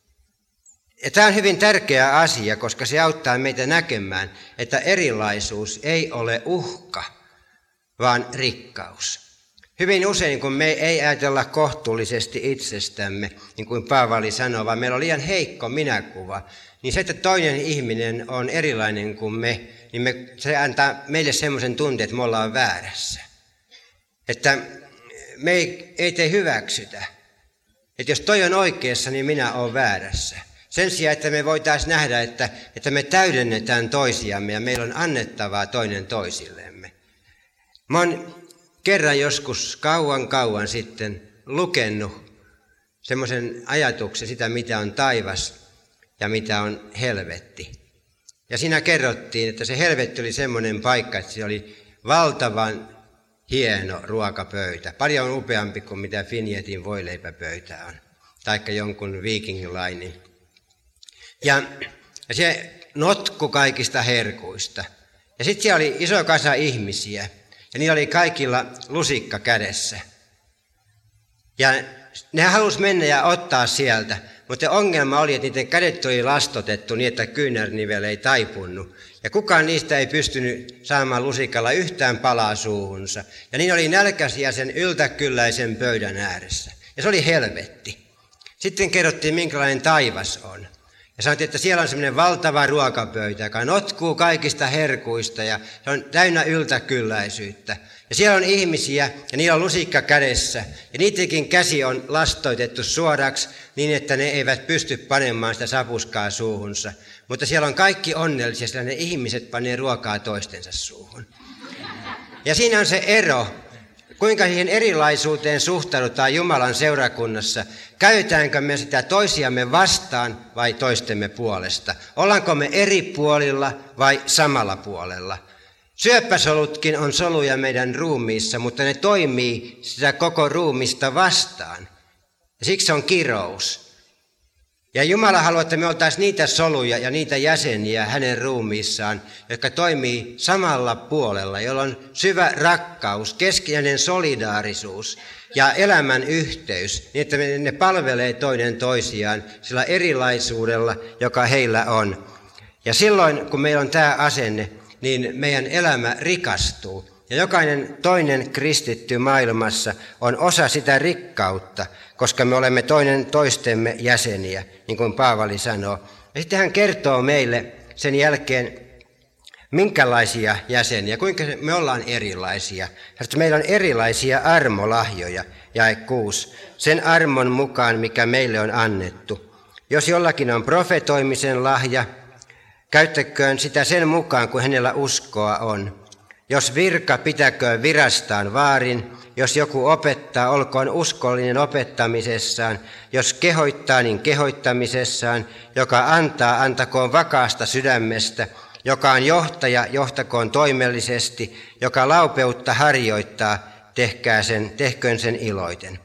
Ja tämä on hyvin tärkeä asia, koska se auttaa meitä näkemään, että erilaisuus ei ole uhka, vaan rikkaus. Hyvin usein, kun me ei ajatella kohtuullisesti itsestämme, niin kuin Paavali sanoo, vaan meillä on liian heikko minäkuva, niin se, että toinen ihminen on erilainen kuin me, niin me, se antaa meille semmoisen tunteen, että me ollaan väärässä. Että me ei, ei te hyväksytä. Että jos toi on oikeassa, niin minä olen väärässä. Sen sijaan, että me voitaisiin nähdä, että, että me täydennetään toisiamme ja meillä on annettavaa toinen toisillemme. Mä oon kerran joskus kauan kauan sitten lukenut semmoisen ajatuksen sitä, mitä on taivas ja mitä on helvetti. Ja siinä kerrottiin, että se helvetti oli semmoinen paikka, että se oli valtavan hieno ruokapöytä. Paljon upeampi kuin mitä Finjetin voileipäpöytä on, taikka jonkun Viking Linein. Ja se notku kaikista herkuista. Ja sitten siellä oli iso kasa ihmisiä, ja niillä oli kaikilla lusikka kädessä. Ja ne halusi mennä ja ottaa sieltä, mutta ongelma oli, että niiden kädet oli lastotettu niin, että kyynärnivel ei taipunut. Ja kukaan niistä ei pystynyt saamaan lusikalla yhtään palaa suuhunsa. Ja niin oli nälkäisiä sen yltäkylläisen pöydän ääressä. Ja se oli helvetti. Sitten kerrottiin, minkälainen taivas on. Ja sanottiin, että siellä on semmoinen valtava ruokapöytä, joka notkuu kaikista herkuista ja se on täynnä yltäkylläisyyttä. Ja siellä on ihmisiä ja niillä on lusikka kädessä ja niidenkin käsi on lastoitettu suoraksi niin, että ne eivät pysty panemaan sitä sapuskaa suuhunsa. Mutta siellä on kaikki onnellisia, sillä ne ihmiset panee ruokaa toistensa suuhun. Ja siinä on se ero. Kuinka siihen erilaisuuteen suhtaudutaan Jumalan seurakunnassa? Käytetäänkö me sitä toisiamme vastaan vai toistemme puolesta? Ollaanko me eri puolilla vai samalla puolella? Syöpäsolutkin on soluja meidän ruumiissa, mutta ne toimii sitä koko ruumista vastaan. Ja siksi on kirous. Ja Jumala haluaa, että me oltaisiin niitä soluja ja niitä jäseniä hänen ruumiissaan, jotka toimii samalla puolella, jolla on syvä rakkaus, keskinäinen solidaarisuus ja elämän yhteys, niin että ne palvelee toinen toisiaan sillä erilaisuudella, joka heillä on. Ja silloin, kun meillä on tämä asenne, niin meidän elämä rikastuu. Ja jokainen toinen kristitty maailmassa on osa sitä rikkautta, koska me olemme toinen toistemme jäseniä, niin kuin Paavali sanoo. Ja sitten hän kertoo meille sen jälkeen, minkälaisia jäseniä, kuinka me ollaan erilaisia. Että meillä on erilaisia armolahjoja, jae kuusi, sen armon mukaan, mikä meille on annettu. Jos jollakin on profetoimisen lahja, käyttäköön sitä sen mukaan, kun hänellä uskoa on. Jos virka, pitäköön virastaan vaarin. Jos joku opettaa, olkoon uskollinen opettamisessaan. Jos kehoittaa, niin kehoittamisessaan. Joka antaa, antakoon vakaasta sydämestä. Joka on johtaja, johtakoon toimellisesti. Joka laupeutta harjoittaa, tehkää sen, tehköön sen iloiten.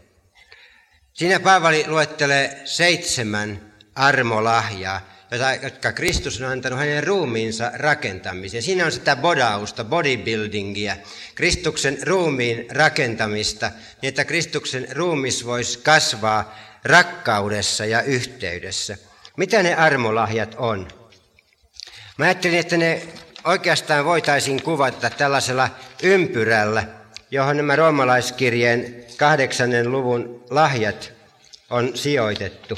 Siinä Paavali luettelee seitsemän armolahjaa, jotka Kristus on antanut hänen ruumiinsa rakentamiseen. Siinä on sitä bodausta, bodybuildingia, Kristuksen ruumiin rakentamista, niin että Kristuksen ruumis voisi kasvaa rakkaudessa ja yhteydessä. Mitä ne armolahjat on? Mä ajattelin, että ne oikeastaan voitaisiin kuvata tällaisella ympyrällä, johon nämä roomalaiskirjeen kahdeksannen luvun lahjat on sijoitettu.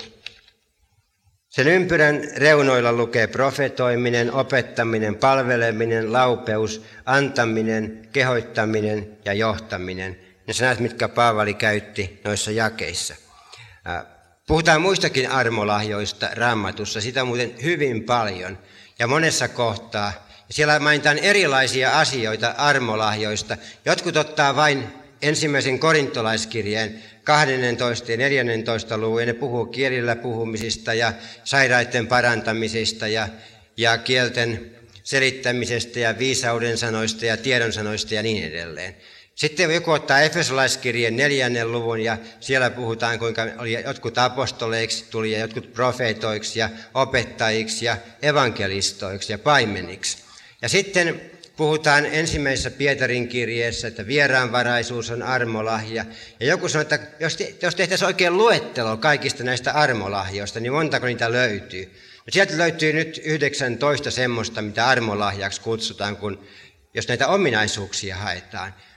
Sen ympyrän reunoilla lukee profetoiminen, opettaminen, palveleminen, laupeus, antaminen, kehoittaminen ja johtaminen. Ne sanat, mitkä Paavali käytti noissa jakeissa. Puhutaan muistakin armolahjoista Raamatussa, sitä muuten hyvin paljon ja monessa kohtaa. Siellä mainitaan erilaisia asioita armolahjoista. Jotkut ottaa vain ensimmäisen korintolaiskirjeen kahdennentoista ja neljännentoista luvun, ja ne puhuu kielillä puhumisista ja sairaiden parantamisista ja, ja kielten selittämisestä ja viisauden sanoista ja tiedon sanoista ja niin edelleen. Sitten joku ottaa Efesolaiskirjeen neljännen luvun ja siellä puhutaan, kuinka oli jotkut apostoleiksi tuli ja jotkut profeetoiksi ja opettajiksi ja evankelistoiksi ja paimeniksi. Ja sitten puhutaan ensimmäisessä Pietarin kirjeessä, että vieraanvaraisuus on armolahja. Ja joku sanoo, että jos, te, jos tehtäisiin oikein luettelo kaikista näistä armolahjoista, niin montako niitä löytyy? No sieltä löytyy nyt yhdeksäntoista semmoista, mitä armolahjaksi kutsutaan, kun, jos näitä ominaisuuksia haetaan.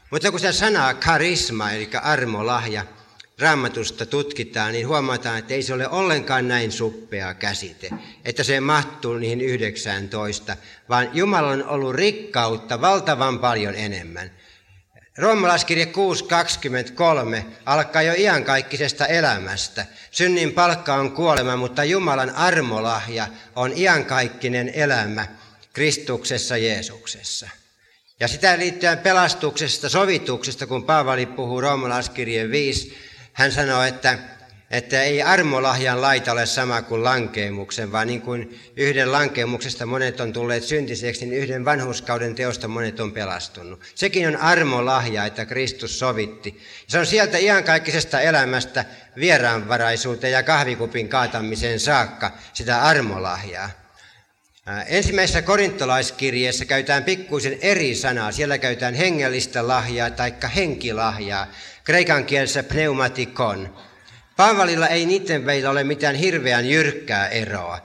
Mutta kun sitä sanaa karisma, eli armolahja, Raamatusta tutkitaan, niin huomataan, että ei se ole ollenkaan näin suppea käsite, että se mahtuu niihin yhdeksäntoista, vaan Jumala on ollut rikkautta valtavan paljon enemmän. Roomalaiskirje kuusi kaksikymmentäkolme alkaa jo iankaikkisesta elämästä. Synnin palkka on kuolema, mutta Jumalan armolahja on iankaikkinen elämä Kristuksessa Jeesuksessa. Ja sitä liittyen pelastuksesta, sovituksesta, kun Paavali puhuu roomalaiskirjeen viisi, hän sanoo, että, että ei armolahjan laita ole sama kuin lankeemuksen, vaan niin kuin yhden lankeemuksesta monet on tulleet syntiseksi, niin yhden vanhurskauden teosta monet on pelastunut. Sekin on armolahja, että Kristus sovitti. Se on sieltä iankaikkisesta elämästä vieraanvaraisuuteen ja kahvikupin kaatamiseen saakka sitä armolahjaa. Ensimmäisessä korintolaiskirjeessä käytetään pikkuisen eri sanaa. Siellä käytetään hengellistä lahjaa tai henkilahjaa. Kreikan kielessä pneumatikon. Paavalilla ei niiden välillä ole mitään hirveän jyrkkää eroa.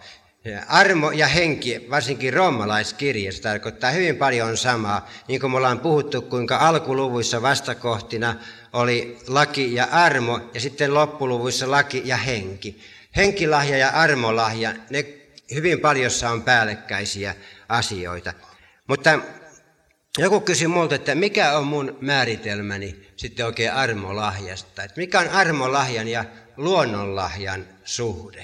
Armo ja henki, varsinkin roomalaiskirjeessä, tarkoittaa hyvin paljon samaa. Niin kuin me ollaan puhuttu, kuinka alkuluvuissa vastakohtina oli laki ja armo, ja sitten loppuluvuissa laki ja henki. Henkilahja ja armolahja, ne hyvin paljossa on päällekkäisiä asioita. Mutta joku kysyi multa, että mikä on mun määritelmäni sitten oikein armolahjasta. Että mikä on armolahjan ja luonnonlahjan suhde.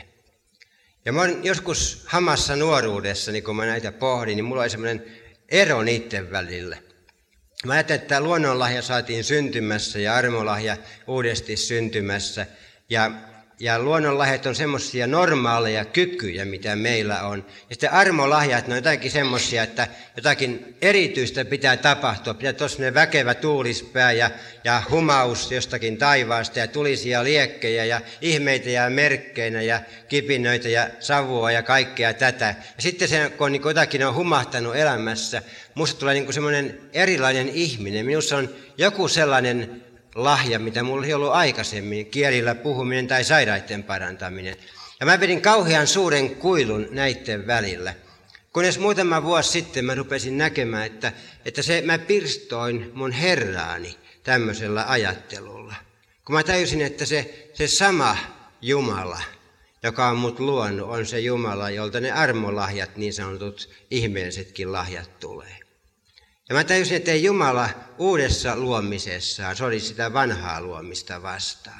Ja mä olen joskus hamassa nuoruudessa, niin kun mä näitä pohdin, niin mulla oli semmoinen ero niiden välillä. Mä ajattelin, että luonnonlahja saatiin syntymässä ja armolahja uudesti syntymässä. Ja Ja luonnonlahjat on semmoisia normaaleja kykyjä, mitä meillä on. Ja sitten armolahjat, ne on jotakin semmoisia, että jotakin erityistä pitää tapahtua. Pitää tuossa väkevä tuulispää ja, ja humaus jostakin taivaasta ja tulisia liekkejä ja ihmeitä ja merkkeinä ja kipinöitä ja savua ja kaikkea tätä. Ja sitten se, kun on niin jotakin on humahtanut elämässä, musta tulee niin semmoinen erilainen ihminen. Minussa on joku sellainen lahja, mitä mulla ei ollut aikaisemmin, kielillä puhuminen tai sairaiden parantaminen. Ja mä vedin kauhean suuren kuilun näiden välillä. Kunnes muutama vuosi sitten mä rupesin näkemään, että, että se, mä pirstoin mun Herraani tämmöisellä ajattelulla. Kun mä tajusin, että se, se sama Jumala, joka on mut luonut, on se Jumala, jolta ne armolahjat, niin sanotut ihmeellisetkin lahjat tulee. Ja mä tajusin, että ei Jumala uudessa luomisessaan sodi sitä vanhaa luomista vastaan.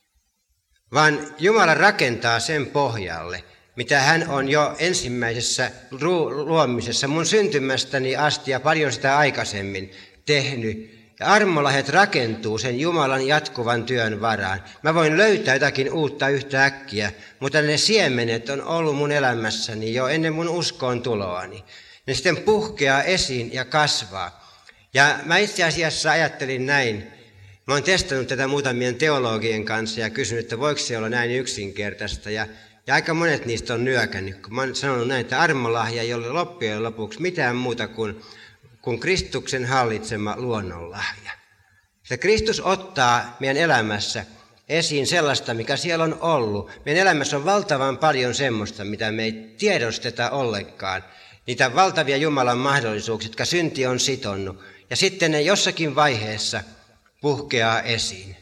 Vaan Jumala rakentaa sen pohjalle, mitä hän on jo ensimmäisessä luomisessa mun syntymästäni asti ja paljon sitä aikaisemmin tehnyt. Ja armolahjat rakentuu sen Jumalan jatkuvan työn varaan. Mä voin löytää jotakin uutta yhtä äkkiä, mutta ne siemenet on ollut mun elämässäni jo ennen mun uskoon tuloani. Ne sitten puhkeaa esiin ja kasvaa. Ja mä itse asiassa ajattelin näin. Mä oon testannut tätä muutamien teologien kanssa ja kysynyt, että voiko se olla näin yksinkertaista. Ja, ja aika monet niistä on nyökännyt. Mä oon sanonut näin, että armolahja ei ole loppujen lopuksi mitään muuta kuin, kuin Kristuksen hallitsema luonnonlahja. Että Kristus ottaa meidän elämässä esiin sellaista, mikä siellä on ollut. Meidän elämässä on valtavan paljon semmoista, mitä me ei tiedosteta ollenkaan. Niitä valtavia Jumalan mahdollisuuksia, jotka synti on sitonnut. Ja sitten ne jossakin vaiheessa puhkeaa esiin.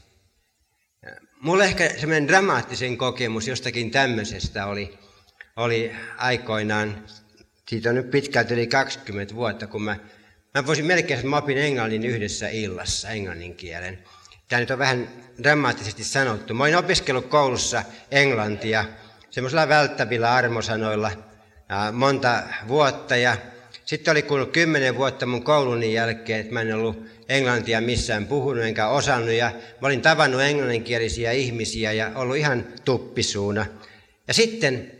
Mulla ehkä semmoinen dramaattisen kokemus jostakin tämmöisestä oli, oli aikoinaan, siitä on nyt pitkälti yli kaksikymmentä vuotta, kun mä, mä voisin melkein, että mä opin englannin yhdessä illassa, englannin kielen. Tämä nyt on vähän dramaattisesti sanottu. Mä olin opiskellut koulussa englantia semmoisilla välttävillä armosanoilla monta vuotta ja sitten oli kulunut kymmenen vuotta mun kouluni jälkeen, että mä en ollut englantia missään puhunut enkä osannut ja mä olin tavannut englanninkielisiä ihmisiä ja ollut ihan tuppisuuna. Ja sitten,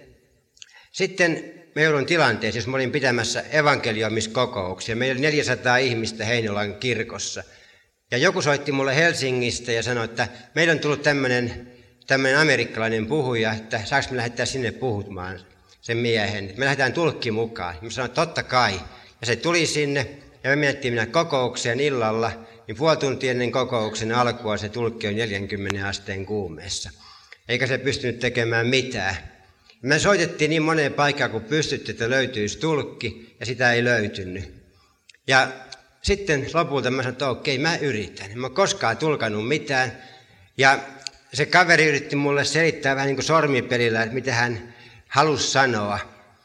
sitten mä joudun tilanteeseen, jos mä olin pitämässä evankelioimiskokouksia. Meillä oli neljäsataa ihmistä Heinolan kirkossa. Ja joku soitti mulle Helsingistä ja sanoi, että meillä on tullut tämmöinen, tämmöinen amerikkalainen puhuja, että saanko me lähettää sinne puhumaan sen miehen. Me lähdetään tulkki mukaan. Mä sanoin, että totta kai. Ja se tuli sinne ja me menettiin mennä kokoukseen illalla. Niin puoli tuntia ennen kokouksen alkua se tulkki on neljänkymmenen asteen kuumeessa. Eikä se pystynyt tekemään mitään. Me soitettiin niin moneen paikkaan, kun pystytti, että löytyisi tulkki, ja sitä ei löytynyt. Ja sitten lopulta mä sanoin, että okei, mä yritän. En mä koskaan tulkanut mitään. Ja se kaveri yritti mulle selittää vähän niin kuin sormipelillä, että mitä hän halusi sanoa.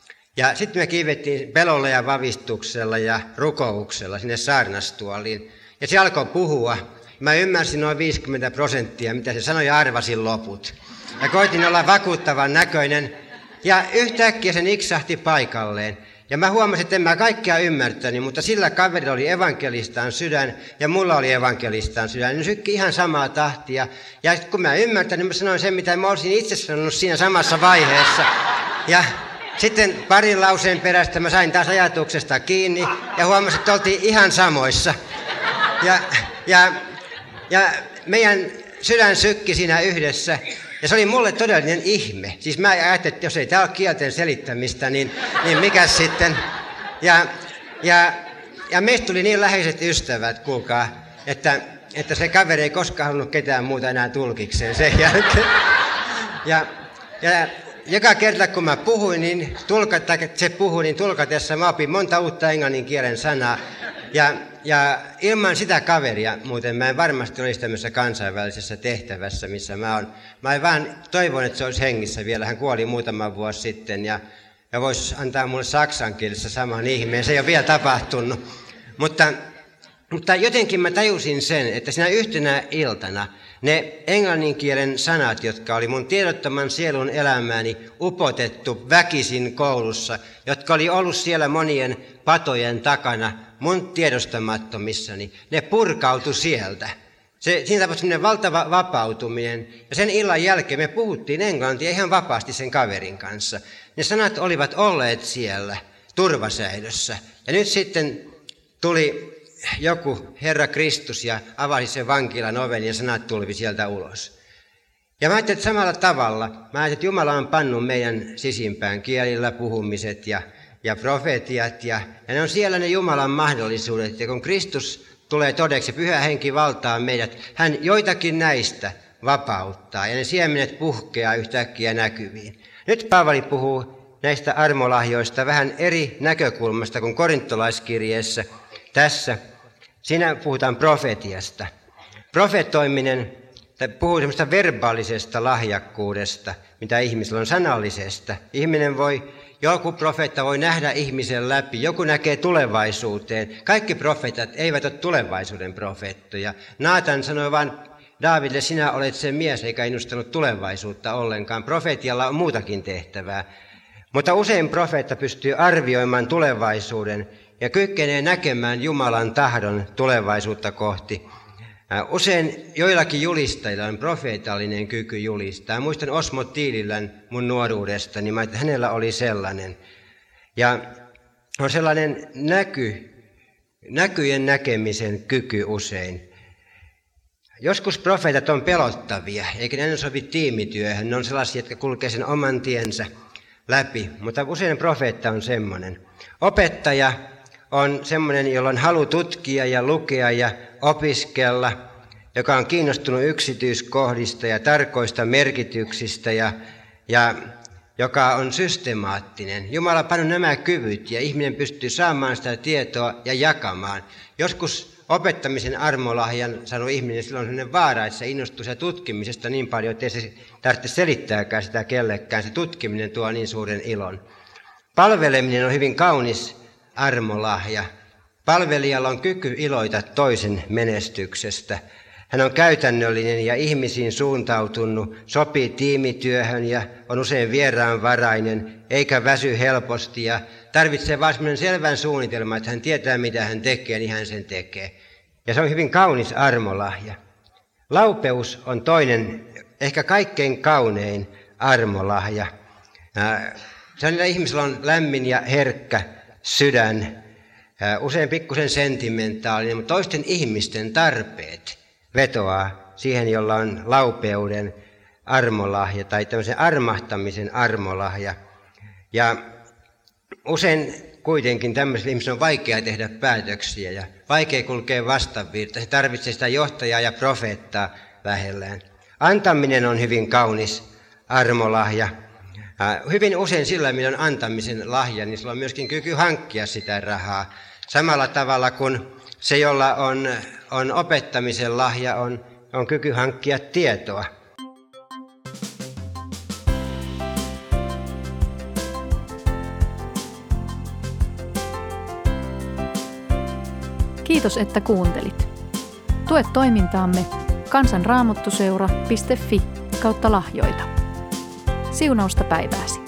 Ja sitten me kiivettiin pelolla ja vavistuksella ja rukouksella sinne saarnastuoliin. Ja se alkoi puhua. Mä ymmärsin noin viisikymmentä prosenttia, mitä se sanoi, ja arvasin loput. Ja koitin olla vakuuttavan näköinen. Ja yhtäkkiä se niksahti paikalleen. Ja mä huomasin, että en mä kaikkea ymmärtänyt, mutta sillä kaverilla oli evankelistaan sydän ja mulla oli evankelistaan sydän. Ne sykki ihan samaa tahtia. Ja kun mä ymmärtänyt, niin mä sanoin sen, mitä mä olisin itse sanonut siinä samassa vaiheessa. Ja sitten parin lauseen perästä mä sain taas ajatuksesta kiinni ja huomasin, että oltiin ihan samoissa. Ja, ja, ja meidän sydän sykki siinä yhdessä. Ja se oli mulle todellinen ihme. Siis mä ajattelin, että jos ei tää ole kielten selittämistä, niin, niin mikäs sitten. Ja, ja, ja meistä tuli niin läheiset ystävät, kuulkaa, että, että se kaveri ei koskaan halunnut ketään muuta enää tulkikseen sen jälkeen. Ja, ja joka kerta kun mä puhuin, niin tulkat, tai se puhui, niin tulkatessa mä opin monta uutta englannin kielen sanaa. Ja, ja ilman sitä kaveria muuten mä en varmasti olisi tämmöisessä kansainvälisessä tehtävässä, missä mä oon. Mä en vaan toivon, että se olisi hengissä vielä. Hän kuoli muutama vuosi sitten ja, ja voisi antaa mulle saksankielessä saman ihmeen. Se ei ole vielä tapahtunut. Mutta, mutta jotenkin mä tajusin sen, että siinä yhtenä iltana ne englannin kielen sanat, jotka oli mun tiedottoman sielun elämääni upotettu väkisin koulussa, jotka oli ollut siellä monien patojen takana, mun tiedostamattomissani, ne purkautui sieltä. Se, siinä tapahtui sellainen valtava vapautuminen, ja sen illan jälkeen me puhuttiin englantia ihan vapaasti sen kaverin kanssa. Ne sanat olivat olleet siellä turvasäilössä, ja nyt sitten tuli joku Herra Kristus ja avasi sen vankilan oven, ja sanat tuli sieltä ulos. Ja mä ajattelin, että samalla tavalla, mä ajattelin, että Jumala on pannut meidän sisimpään kielillä puhumiset ja ja profetiat, ja, ja ne on siellä ne Jumalan mahdollisuudet, ja kun Kristus tulee todeksi, Pyhä Henki valtaa meidät, hän joitakin näistä vapauttaa, ja ne siemenet puhkeaa yhtäkkiä näkyviin. Nyt Paavali puhuu näistä armolahjoista vähän eri näkökulmasta kuin korintolaiskirjeessä. Tässä, siinä puhutaan profetiasta. Profetoiminen puhuu semmoista verbaalisesta lahjakkuudesta, mitä ihmisellä on sanallisesta. Ihminen voi Joku profeetta voi nähdä ihmisen läpi, joku näkee tulevaisuuteen. Kaikki profeetat eivät ole tulevaisuuden profeettoja. Naatan sanoi vain Daavidille, sinä olet se mies, eikä ennustanut tulevaisuutta ollenkaan. Profeetialla on muutakin tehtävää. Mutta usein profeetta pystyy arvioimaan tulevaisuuden ja kykenee näkemään Jumalan tahdon tulevaisuutta kohti. Usein joillakin julistajilla on profeetallinen kyky julistaa. Muistan Osmo Tiililän mun nuoruudesta, niin että hänellä oli sellainen. Ja on sellainen näky, näkyjen näkemisen kyky usein. Joskus profeetat on pelottavia, eikä ne sovi tiimityöhön. Ne on sellaisia, jotka kulkee sen oman tiensä läpi, mutta usein profeetta on semmoinen. Opettaja on semmoinen, jolla on halu tutkia ja lukea ja opiskella, joka on kiinnostunut yksityiskohdista ja tarkoista merkityksistä ja, ja joka on systemaattinen. Jumala on pannut nämä kyvyt ja ihminen pystyy saamaan sitä tietoa ja jakamaan. Joskus opettamisen armolahjan sanoo ihminen, silloin on sellainen vaara, että se innostuu se tutkimisesta niin paljon, että ei se tarvitse selittääkään sitä kellekään. Se tutkiminen tuo niin suuren ilon. Palveleminen on hyvin kaunis armolahja. Palvelijalla on kyky iloita toisen menestyksestä. Hän on käytännöllinen ja ihmisiin suuntautunut, sopii tiimityöhön ja on usein vieraanvarainen, eikä väsy helposti ja tarvitsee vain sellainen selvän suunnitelman, että hän tietää mitä hän tekee, niin hän sen tekee. Ja se on hyvin kaunis armolahja. Laupeus on toinen, ehkä kaikkein kaunein armolahja. Sellainen ihmisellä on lämmin ja herkkä sydän, usein pikkusen sentimentaalinen, mutta toisten ihmisten tarpeet vetoaa siihen, jolla on laupeuden armolahja tai tämmöisen armahtamisen armolahja. Ja usein kuitenkin tämmöisellä ihmisellä on vaikea tehdä päätöksiä ja vaikea kulkea vastavirta. Se tarvitsee sitä johtajaa ja profeettaa lähellään. Antaminen on hyvin kaunis armolahja. Hyvin usein sillä, millä on antamisen lahja, niin sillä on myöskin kyky hankkia sitä rahaa. Samalla tavalla kuin Se, jolla on, on opettamisen lahja, on, on kyky hankkia tietoa. Kiitos, että kuuntelit. Tue toimintaamme kansanraamattuseura piste fi kautta lahjoita. Siunausta päivääsi.